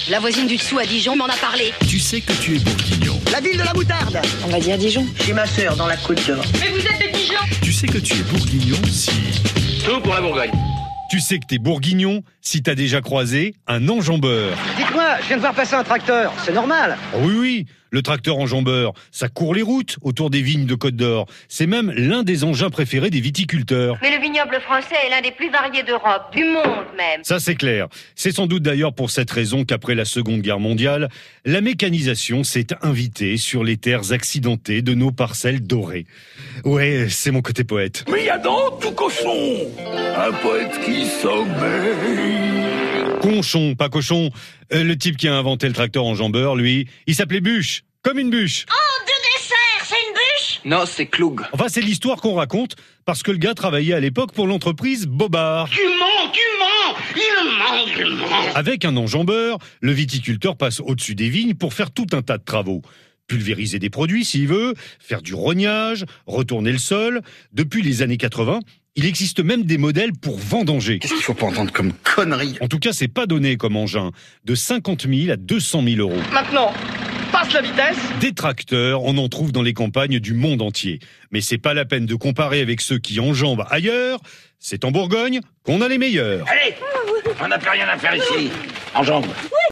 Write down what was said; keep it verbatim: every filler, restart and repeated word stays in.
La voisine du dessous à Dijon m'en a parlé. Tu sais que tu es bourguignon. La ville de la moutarde. On va dire Dijon. Chez ma sœur, dans la Côte d'Or. Mais vous êtes de Dijon. Tu sais que tu es bourguignon si... Tout pour la Bourgogne. Tu sais que t'es bourguignon si t'as déjà croisé un enjambeur. Dites-moi, je viens de voir passer un tracteur, c'est normal. Oh oui, oui, le tracteur enjambeur, ça court les routes autour des vignes de Côte d'Or. C'est même l'un des engins préférés des viticulteurs. Mais le vignoble français est l'un des plus variés d'Europe, du monde même. Ça, c'est clair. C'est sans doute d'ailleurs pour cette raison qu'après la Seconde Guerre mondiale, la mécanisation s'est invitée sur les terres accidentées de nos parcelles dorées. Ouais, c'est mon côté poète. Mais y a donc tout cochon, un poète qui sommeille. Conchon, pas cochon. Euh, le type qui a inventé le tracteur enjambeur, lui, il s'appelait Bûche, comme une bûche. Oh, de dessert, c'est une bûche? Non, c'est Cloug. Enfin, c'est l'histoire qu'on raconte, parce que le gars travaillait à l'époque pour l'entreprise Bobard. Tu mens, tu mens, il ment, il ment. Avec un enjambeur, le viticulteur passe au-dessus des vignes pour faire tout un tas de travaux. Pulvériser des produits s'il veut, faire du rognage, retourner le sol. Depuis les années quatre-vingts, il existe même des modèles pour vendanger. Qu'est-ce qu'il faut pas entendre comme connerie? En tout cas, c'est pas donné comme engin. De cinquante mille à deux cent mille euros. Maintenant, passe la vitesse. Des tracteurs, on en trouve dans les campagnes du monde entier. Mais c'est pas la peine de comparer avec ceux qui enjambent ailleurs. C'est en Bourgogne qu'on a les meilleurs. Allez, on n'a plus rien à faire ici. En jambes.